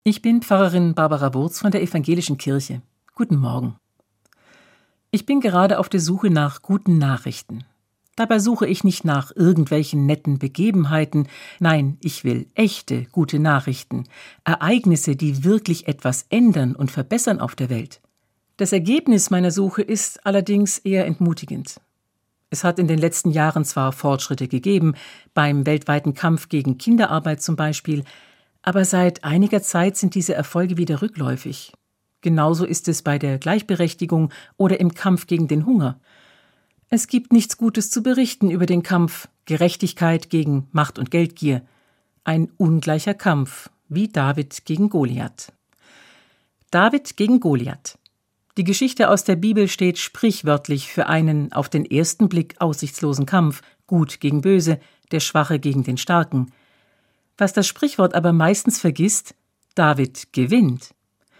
Ich bin Pfarrerin Barbara Wurz von der Evangelischen Kirche. Guten Morgen. Ich bin gerade auf der Suche nach guten Nachrichten. Dabei suche ich nicht nach irgendwelchen netten Begebenheiten. Nein, ich will echte gute Nachrichten. Ereignisse, die wirklich etwas ändern und verbessern auf der Welt. Das Ergebnis meiner Suche ist allerdings eher entmutigend. Es hat in den letzten Jahren zwar Fortschritte gegeben, beim weltweiten Kampf gegen Kinderarbeit zum Beispiel, aber seit einiger Zeit sind diese Erfolge wieder rückläufig. Genauso ist es bei der Gleichberechtigung oder im Kampf gegen den Hunger. Es gibt nichts Gutes zu berichten über den Kampf Gerechtigkeit gegen Macht und Geldgier. Ein ungleicher Kampf, wie David gegen Goliath. David gegen Goliath. Die Geschichte aus der Bibel steht sprichwörtlich für einen auf den ersten Blick aussichtslosen Kampf, Gut gegen Böse, der Schwache gegen den Starken. Was das Sprichwort aber meistens vergisst: David gewinnt.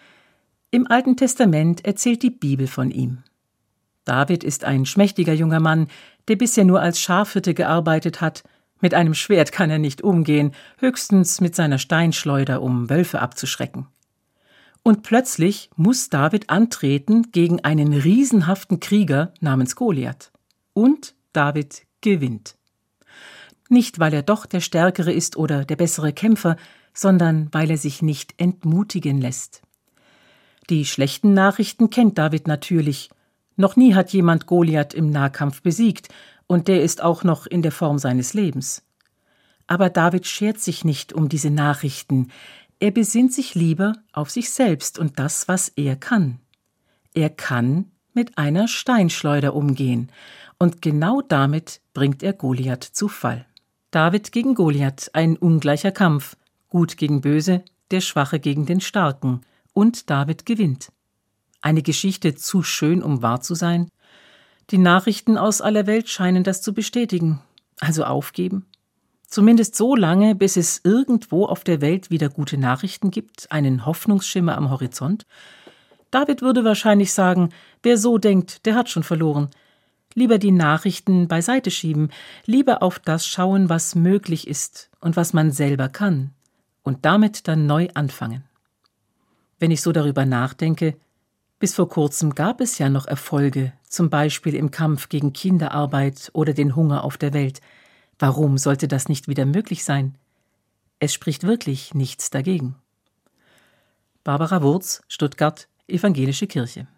Im Alten Testament erzählt die Bibel von ihm. David ist ein schmächtiger junger Mann, der bisher nur als Schafhirte gearbeitet hat. Mit einem Schwert kann er nicht umgehen, höchstens mit seiner Steinschleuder, um Wölfe abzuschrecken. Und plötzlich muss David antreten gegen einen riesenhaften Krieger namens Goliath. Und David gewinnt. Nicht, weil er doch der Stärkere ist oder der bessere Kämpfer, sondern weil er sich nicht entmutigen lässt. Die schlechten Nachrichten kennt David natürlich. Noch nie hat jemand Goliath im Nahkampf besiegt, und der ist auch noch in der Form seines Lebens. Aber David schert sich nicht um diese Nachrichten. Er besinnt sich lieber auf sich selbst und das, was er kann. Er kann mit einer Steinschleuder umgehen, und genau damit bringt er Goliath zu Fall. David gegen Goliath, ein ungleicher Kampf, Gut gegen Böse, der Schwache gegen den Starken, und David gewinnt. Eine Geschichte zu schön, um wahr zu sein? Die Nachrichten aus aller Welt scheinen das zu bestätigen. Also aufgeben? Zumindest so lange, bis es irgendwo auf der Welt wieder gute Nachrichten gibt, einen Hoffnungsschimmer am Horizont? David würde wahrscheinlich sagen, wer so denkt, der hat schon verloren. Lieber die Nachrichten beiseite schieben, lieber auf das schauen, was möglich ist und was man selber kann, und damit dann neu anfangen. Wenn ich so darüber nachdenke, bis vor kurzem gab es ja noch Erfolge, zum Beispiel im Kampf gegen Kinderarbeit oder den Hunger auf der Welt. Warum sollte das nicht wieder möglich sein? Es spricht wirklich nichts dagegen. Barbara Wurz, Stuttgart, Evangelische Kirche.